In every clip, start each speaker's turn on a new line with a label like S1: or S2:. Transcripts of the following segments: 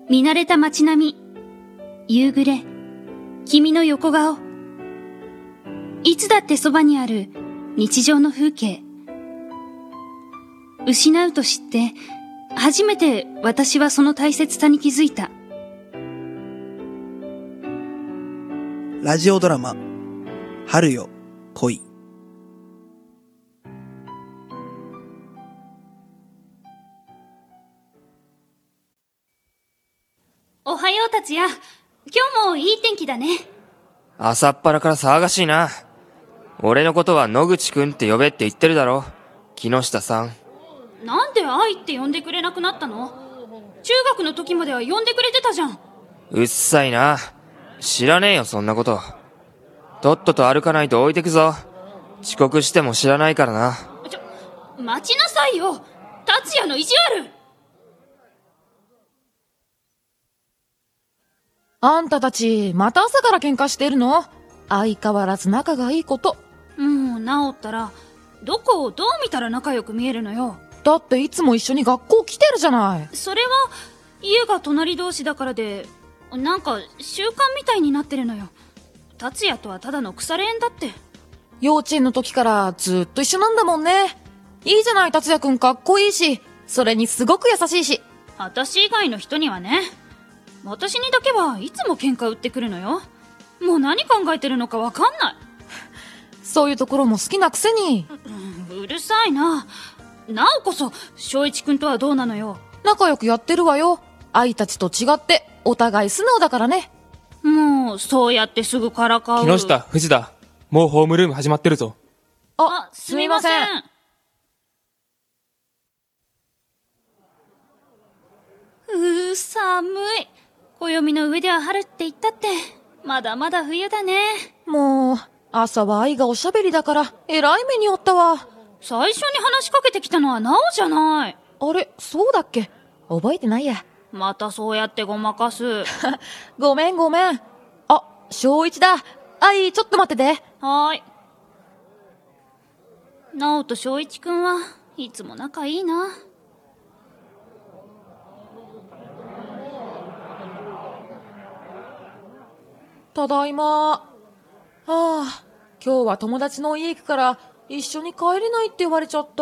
S1: 見慣れた街並み、夕暮れ、君の横顔。いつだってそばにある日常の風景。失うと知って、初めて私はその大切さに気づいた。
S2: ラジオドラマ、春よ、恋。
S1: おはよう達也。今日もいい天気だね。
S3: 朝っぱらから騒がしいな。俺のことは野口くんって呼べって言ってるだろ。木下さん。
S1: なんで愛って呼んでくれなくなったの？中学の時までは呼んでくれてたじゃん。
S3: うっさいな。知らねえよそんなこと。とっとと歩かないと置いてくぞ。遅刻しても知らないからな。
S1: 待ちなさいよ。達也の意地悪。
S4: あんたたち、また朝から喧嘩してるの？相変わらず仲がいいこと。
S1: もう治ったら、どこをどう見たら仲良く見えるのよ。
S4: だっていつも一緒に学校来てるじゃない。
S1: それは、家が隣同士だからで、なんか習慣みたいになってるのよ。達也とはただの腐れ縁だって。
S4: 幼稚園の時からずっと一緒なんだもんね。いいじゃない、達也くんかっこいいし、それにすごく優しいし。
S1: 私以外の人にはね。私にだけはいつも喧嘩売ってくるのよ。もう何考えてるのかわかんない。
S4: そういうところも好きなくせに。
S1: うるさいな。なおこそ、翔一くんとはどうなのよ。
S4: 仲良くやってるわよ。愛たちと違って、お互い素直だからね。
S1: もう、そうやってすぐからかう。
S5: 木下、藤田、もうホームルーム始まってるぞ。
S1: あ、すみません。寒い。暦の上では春って言ったって、まだまだ冬だね。
S4: もう、朝は愛がおしゃべりだから、えらい目にあったわ。
S1: 最初に話しかけてきたのはなおじゃない。
S4: あれ、そうだっけ？覚えてないや。
S1: またそうやってごまかす。
S4: ごめんごめん。あ、小一だ。愛、ちょっと待ってて。
S1: はーい。なおと翔一くんはいつも仲いいな。
S4: ただいま。はあ、今日は友達の家行くから一緒に帰れないって言われちゃった。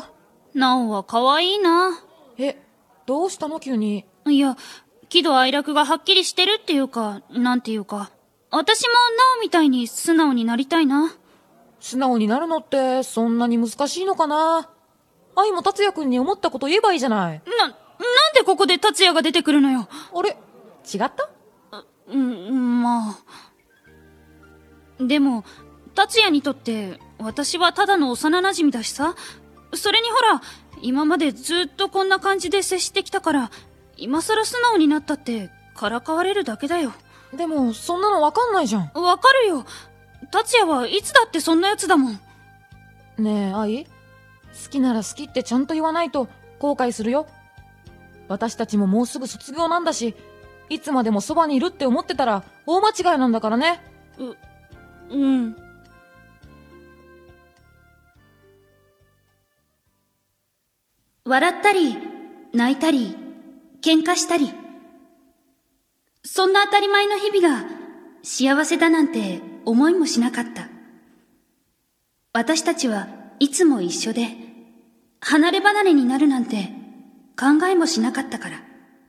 S1: なおは可愛いな。
S4: え、どうしたの急に。
S1: いや、喜怒哀楽がはっきりしてるっていうか、なんていうか。私もなおみたいに素直になりたいな。
S4: 素直になるのってそんなに難しいのかな。愛も達也くんに思ったこと言えばいいじゃない。
S1: なんでここで達也が出てくるのよ。
S4: あれ、違った？
S1: まあ。でも、達也にとって私はただの幼馴染だしさ。それにほら、今までずっとこんな感じで接してきたから、今更素直になったってからかわれるだけだよ。
S4: でも、そんなのわかんないじゃん。
S1: わかるよ。達也はいつだってそんなやつだもん。
S4: ねえ、愛？好きなら好きってちゃんと言わないと後悔するよ。私たちももうすぐ卒業なんだし、いつまでもそばにいるって思ってたら大間違いなんだからね。
S1: うん。笑ったり、泣いたり、喧嘩したり。そんな当たり前の日々が幸せだなんて思いもしなかった。私たちはいつも一緒で、離れ離れになるなんて考えもしなかったから。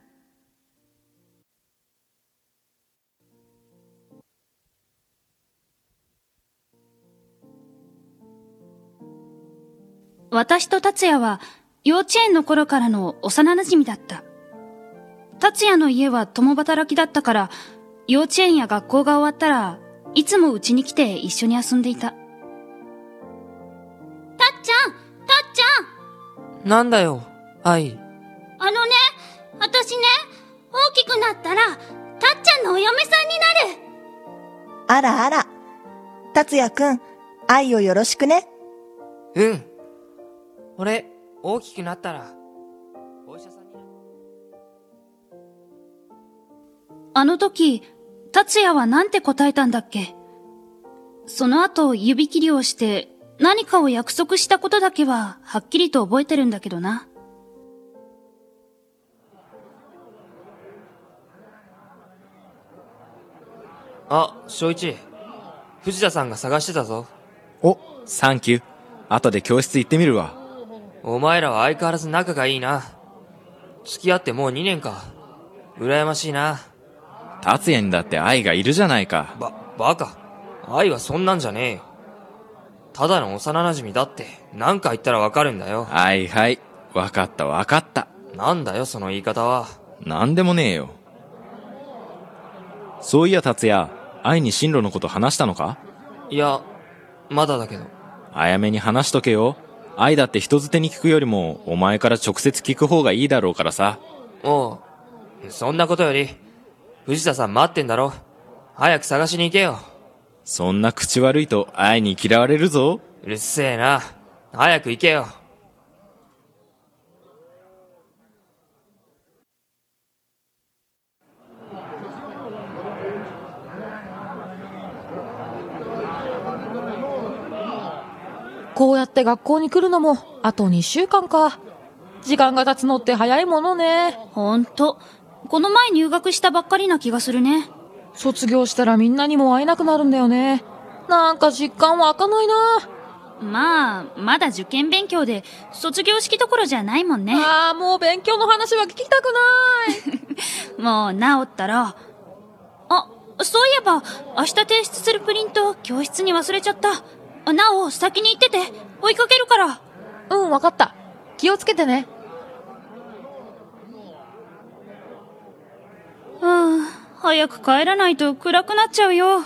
S1: 私と達也は幼稚園の頃からの幼馴染だった。達也の家は共働きだったから、幼稚園や学校が終わったらいつもうちに来て一緒に遊んでいた。たっちゃん
S3: なんだよ、愛。
S1: 私ね、大きくなったらたっちゃんのお嫁さんになる。
S6: あらあら。達也くん、愛をよろしくね。
S3: うん。俺、大きくなったら、お医者さんになる。
S1: あの時、達也はなんて答えたんだっけ。その後指切りをして何かを約束したことだけははっきりと覚えてるんだけどな。
S3: あ、正一。藤田さんが探してたぞ。
S7: お、サンキュー。後で教室行ってみるわ。
S3: お前らは相変わらず仲がいいな。付き合ってもう2年か。羨ましいな。
S7: 達也にだって愛がいるじゃないか。
S3: バカ。愛はそんなんじゃねえよ。ただの幼馴染だって何か言ったらわかるんだよ。
S7: はいはい。わかったわかった。
S3: なんだよその言い方は。
S7: なんでもねえよ。そういや達也、愛に進路のこと話したのか？
S3: いや、まだだけど。
S7: 早めに話しとけよ。愛だって人づてに聞くよりもお前から直接聞く方がいいだろうからさ。
S3: おう、そんなことより藤田さん待ってんだろ。早く探しに行けよ。
S7: そんな口悪いと愛に嫌われるぞ。
S3: うるせえな。早く行けよ。
S4: こうやって学校に来るのもあと2週間か。時間が経つのって早いものね。
S1: ほんと。この前入学したばっかりな気がするね。
S4: 卒業したらみんなにも会えなくなるんだよね。なんか実感湧かないな。
S1: まあ、まだ受験勉強で卒業式どころじゃないもんね。
S4: ああ、もう勉強の話は聞きたくない。
S1: もう治ったら。あ、そういえば明日提出するプリント教室に忘れちゃった。なお、先に行ってて。追いかけるから。
S4: うん、わかった。気をつけてね。
S1: 早く帰らないと暗くなっちゃうよ。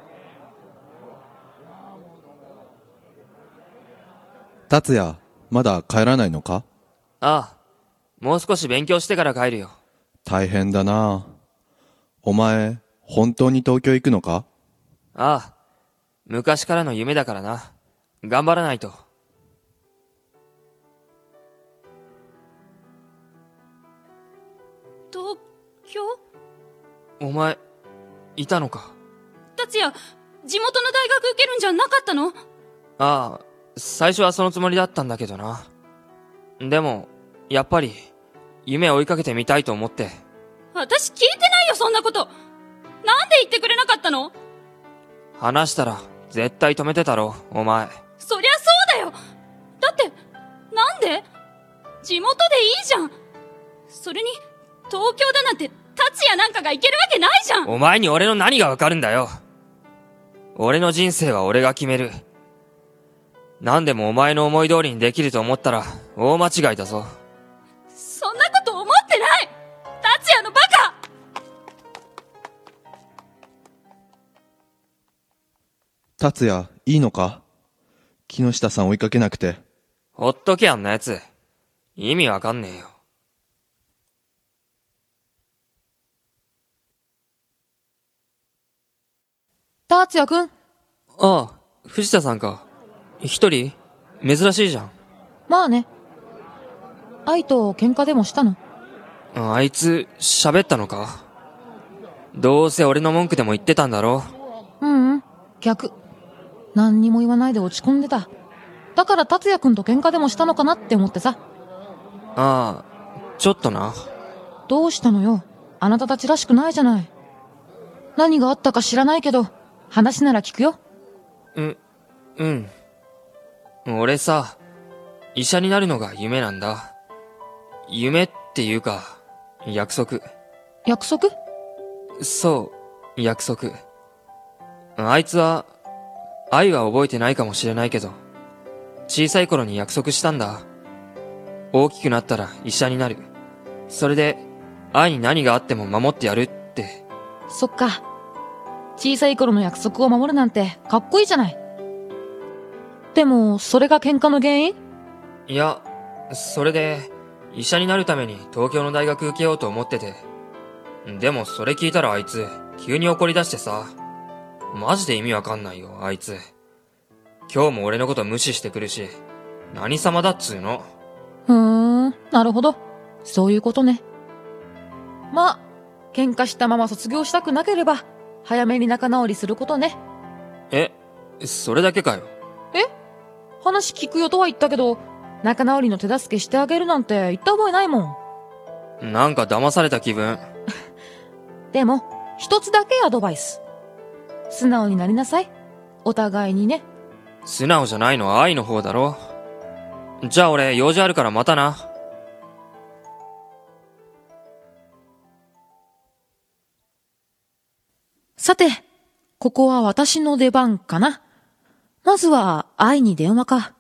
S8: 達也、まだ帰らないのか？
S3: ああ、もう少し勉強してから帰るよ。
S8: 大変だな。お前、本当に東京行くのか？
S3: ああ、昔からの夢だからな。頑張らないと。
S1: 東京？
S3: お前、いたのか？
S1: 達也、地元の大学受けるんじゃなかったの？
S3: ああ、最初はそのつもりだったんだけどな。でも、やっぱり、夢を追いかけてみたいと思って。
S1: 私聞いてないよ、そんなこと。なんで言ってくれなかったの？
S3: 話したら、絶対止めてたろ、お前。
S1: そりゃそうだよ。だって、なんで？地元でいいじゃん。それに、東京だなんて、達也なんかが行けるわけないじゃん。
S3: お前に俺の何がわかるんだよ。俺の人生は俺が決める。何でもお前の思い通りにできると思ったら、大間違いだぞ。
S1: そんなこと思ってない！達也のバカ！
S8: 達也、いいのか？木下さん追いかけなくて。
S3: ほっとけあんなやつ。意味わかんねえよ。
S4: 達也くん。
S3: ああ、藤田さんか。一人？珍しいじゃん。
S4: まあね。愛と喧嘩でもしたの？
S3: あいつ、喋ったのか？どうせ俺の文句でも言ってたんだろ？
S4: 逆。何にも言わないで落ち込んでた。だから達也くんと喧嘩でもしたのかなって思ってさ。
S3: ああ、ちょっとな。
S4: どうしたのよ。あなたたちらしくないじゃない。何があったか知らないけど、話なら聞くよ。
S3: うん。俺さ、医者になるのが夢なんだ。夢っていうか、約束。
S4: 約束？
S3: そう、約束。あいつは、愛は覚えてないかもしれないけど、小さい頃に約束したんだ。大きくなったら医者になる。それで、愛に何があっても守ってやるって。
S4: そっか。小さい頃の約束を守るなんてかっこいいじゃない。でも、それが喧嘩の原因？
S3: いや、それで、医者になるために東京の大学受けようと思ってて。でもそれ聞いたらあいつ、急に怒り出してさ。マジで意味わかんないよ、あいつ。今日も俺のこと無視してくるし、何様だっつうの。
S4: なるほど。そういうことね。まあ、喧嘩したまま卒業したくなければ、早めに仲直りすることね。
S3: え、それだけかよ。
S4: 話聞くよとは言ったけど、仲直りの手助けしてあげるなんて言った覚えないも
S3: ん。なんか騙された気分。
S4: でも、一つだけアドバイス。 素直になりなさい。お互いにね。
S3: 素直じゃないのは愛の方だろ。じゃあ俺用事あるからまたな。
S4: さて、ここは私の出番かな。まずは愛に電話か。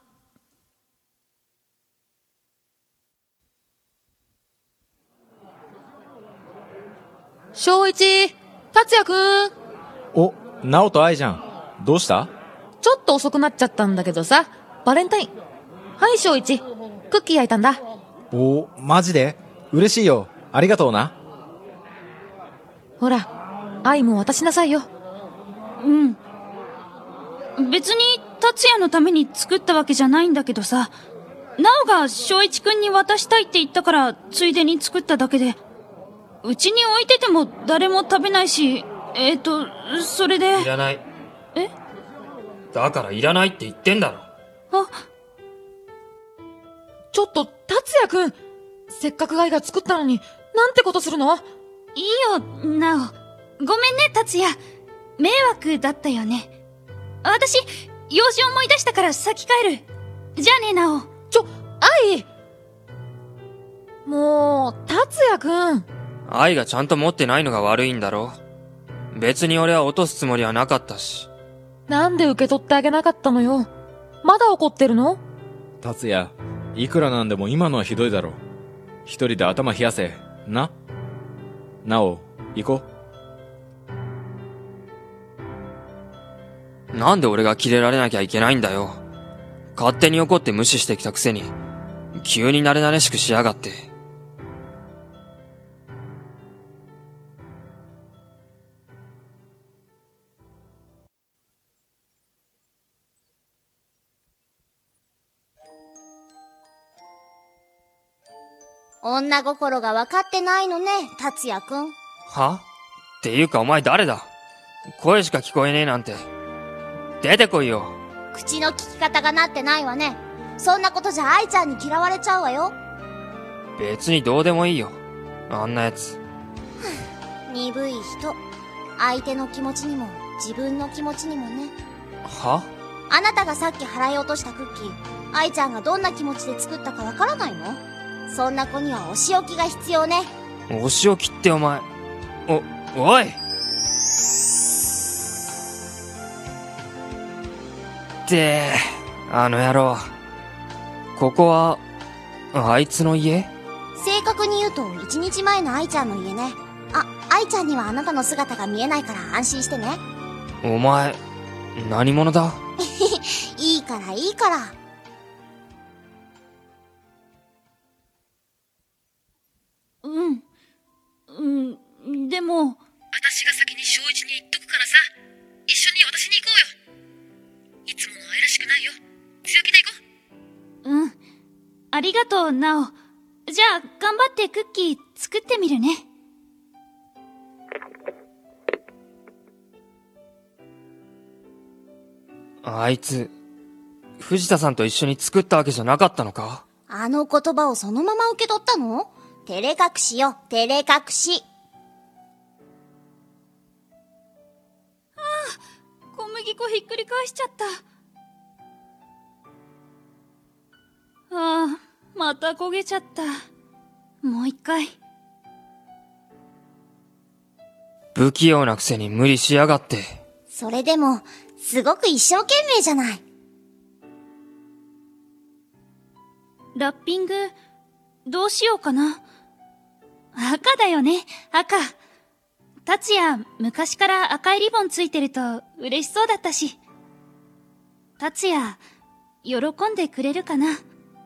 S4: 正一、達也くん。
S7: お、直人愛じゃん。どうした？
S4: ちょっと遅くなっちゃったんだけどさ、バレンタイン。はい正一、クッキー焼いたんだ。
S7: お、マジで？嬉しいよ。ありがとうな。
S4: ほら、愛も渡しなさいよ。
S1: うん。別に達也のために作ったわけじゃないんだけどさ、なおが正一くんに渡したいって言ったからついでに作っただけで、うちに置いてても誰も食べないし、それで。
S3: いらない。
S1: え？
S3: だからいらないって言ってんだろ。
S1: あ、
S4: ちょっと達也くん、せっかく愛が作ったのになんてことするの？
S1: いいよ、なお。ごめんね、達也。迷惑だったよね。私、用事思い出したから先帰る。じゃあね、なお。
S4: 愛！もう、達也くん。
S3: 愛がちゃんと持ってないのが悪いんだろ。別に俺は落とすつもりはなかったし。
S4: なんで受け取ってあげなかったのよ。まだ怒ってるの？
S7: 達也、いくらなんでも今のはひどいだろ。一人で頭冷やせ。な？なお、行こ
S3: う。なんで俺がキレられなきゃいけないんだよ。勝手に怒って無視してきたくせに、急に慣れ慣れしくしやがって。
S9: 女心が分かってないのね、達也くん。
S3: は？っていうかお前誰だ？声しか聞こえねえなんて。出てこいよ。
S9: 口の聞き方がなってないわね。そんなことじゃ愛ちゃんに嫌われちゃうわよ。
S3: 別にどうでもいいよ。あんなやつ。
S9: 鈍い人。相手の気持ちにも自分の気持ちにもね。
S3: は？
S9: あなたがさっき払い落としたクッキー、愛ちゃんがどんな気持ちで作ったかわからないの？そんな子にはお仕置きが必要ね。
S3: お仕置きってお前。おい！ってあの野郎。ここは、あいつの家？
S9: 正確に言うと1日前の愛ちゃんの家ね。愛ちゃんにはあなたの姿が見えないから安心してね。
S3: お前、何者だ？
S9: いいからいいから。
S1: でも。
S4: 私が先に正一に言っとくからさ、一緒に渡しに行こうよ。いつもの愛らしくないよ。強気で行こ
S1: う。うん。ありがとう、なお。じゃあ、頑張ってクッキー作ってみるね。
S3: あいつ、藤田さんと一緒に作ったわけじゃなかったのか？
S9: あの言葉をそのまま受け取ったの？照れ隠しよ、照れ隠し。
S1: 小麦粉ひっくり返しちゃった。また焦げちゃった。もう一回。
S3: 不器用なくせに無理しやがって。
S9: それでも、すごく一生懸命じゃない。
S1: ラッピング、どうしようかな。赤だよね、赤。達也、昔から赤いリボンついてると嬉しそうだったし。達也、喜んでくれるかな。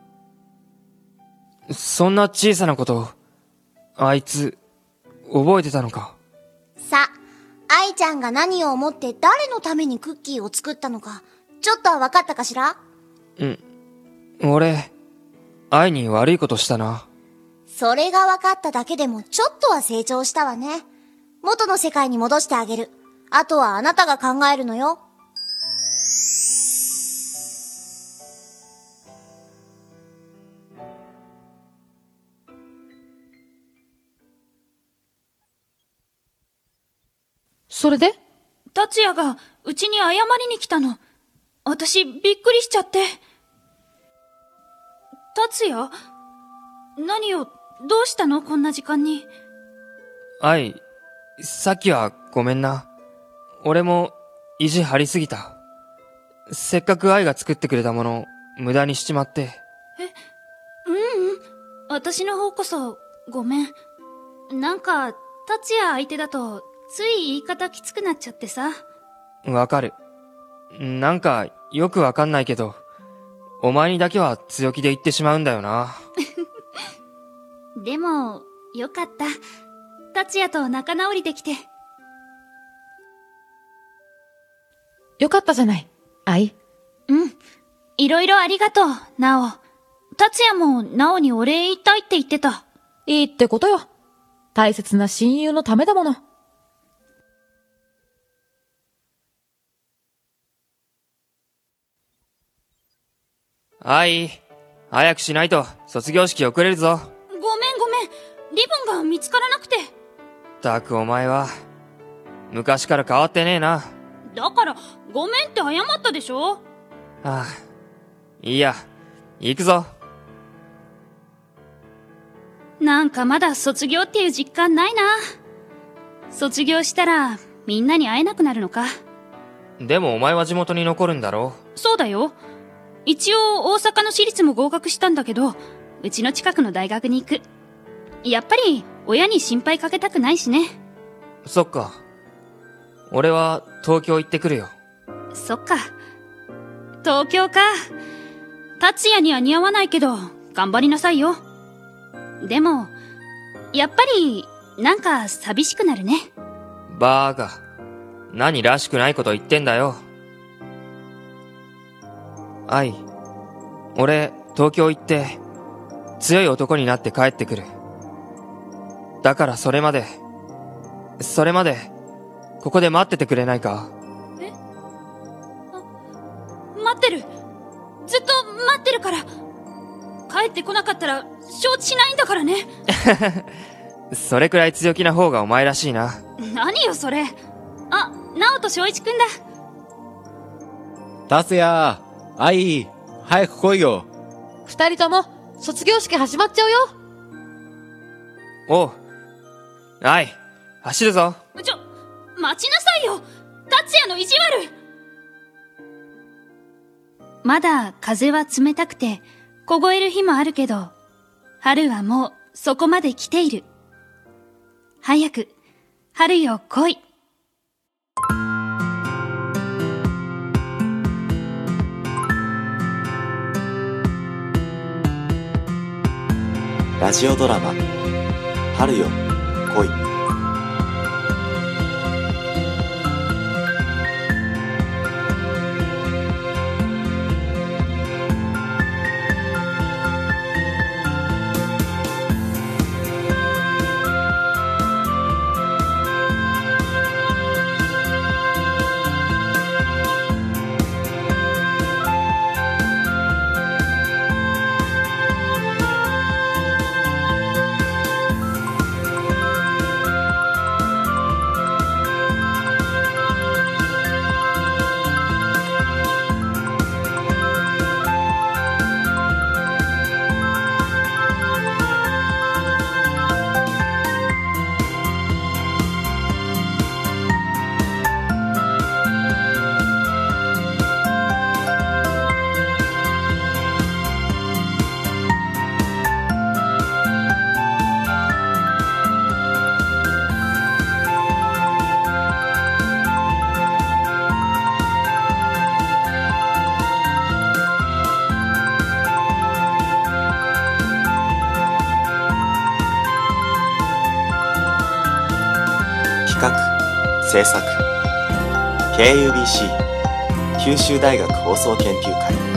S3: そんな小さなこと、あいつ、覚えてたのか？
S9: さ、愛ちゃんが何を思って誰のためにクッキーを作ったのか、ちょっとは分かったかしら？
S3: 俺、愛に悪いことしたな。
S9: それが分かっただけでもちょっとは成長したわね。元の世界に戻してあげる。あとはあなたが考えるのよ。
S4: それで？
S1: 達也がうちに謝りに来たの。私びっくりしちゃって。達也？何よ、どうしたのこんな時間に。
S3: 愛、さっきはごめんな。俺も意地張りすぎた。せっかく愛が作ってくれたもの無駄にしちまって。
S1: 私の方こそごめん。なんか達也相手だとつい言い方きつくなっちゃってさ。
S3: わかる。なんかよくわかんないけど、お前にだけは強気で言ってしまうんだよな。
S1: でもよかった。達也と仲直りできて。
S4: よかったじゃない、愛。
S1: いろいろありがとう、ナオ。達也もナオにお礼言いたいって言ってた。
S4: いいってことよ。大切な親友のためだもの。
S3: 愛、早くしないと卒業式遅れるぞ。
S1: ごめん。リボンが見つからなくて。
S3: ったくお前は、昔から変わってねえな。
S1: だから、ごめんって謝ったでしょ。
S3: はあ、いいや、行くぞ。
S1: なんかまだ卒業っていう実感ないな。卒業したらみんなに会えなくなるのか。
S3: でもお前は地元に残るんだろ。
S1: そうだよ。一応大阪の私立も合格したんだけど、うちの近くの大学に行く。やっぱり親に心配かけたくないしね。
S3: そっか。俺は東京行ってくるよ。
S1: そっか。東京か。達也には似合わないけど頑張りなさいよ。でもやっぱりなんか寂しくなるね。
S3: バーカ、何らしくないこと言ってんだよ。愛、俺東京行って強い男になって帰ってくる。だからそれまでここで待っててくれないか。
S1: 待ってる。ずっと待ってるから。帰ってこなかったら承知しないんだからね。
S3: それくらい強気な方がお前らしいな。
S1: 何よそれ。あ、ナオと翔一くんだ。
S7: 達也、愛、早く来いよ。
S4: 二人とも卒業式始まっちゃうよ。
S3: おう、愛、走るぞ。
S1: 待ちなさいよ。達也の意地悪。まだ風は冷たくて凍える日もあるけど、春はもうそこまで来ている。早く春よ来い。
S10: ラジオドラマ春よ来い。企画・制作 KUBC 九州大学放送研究会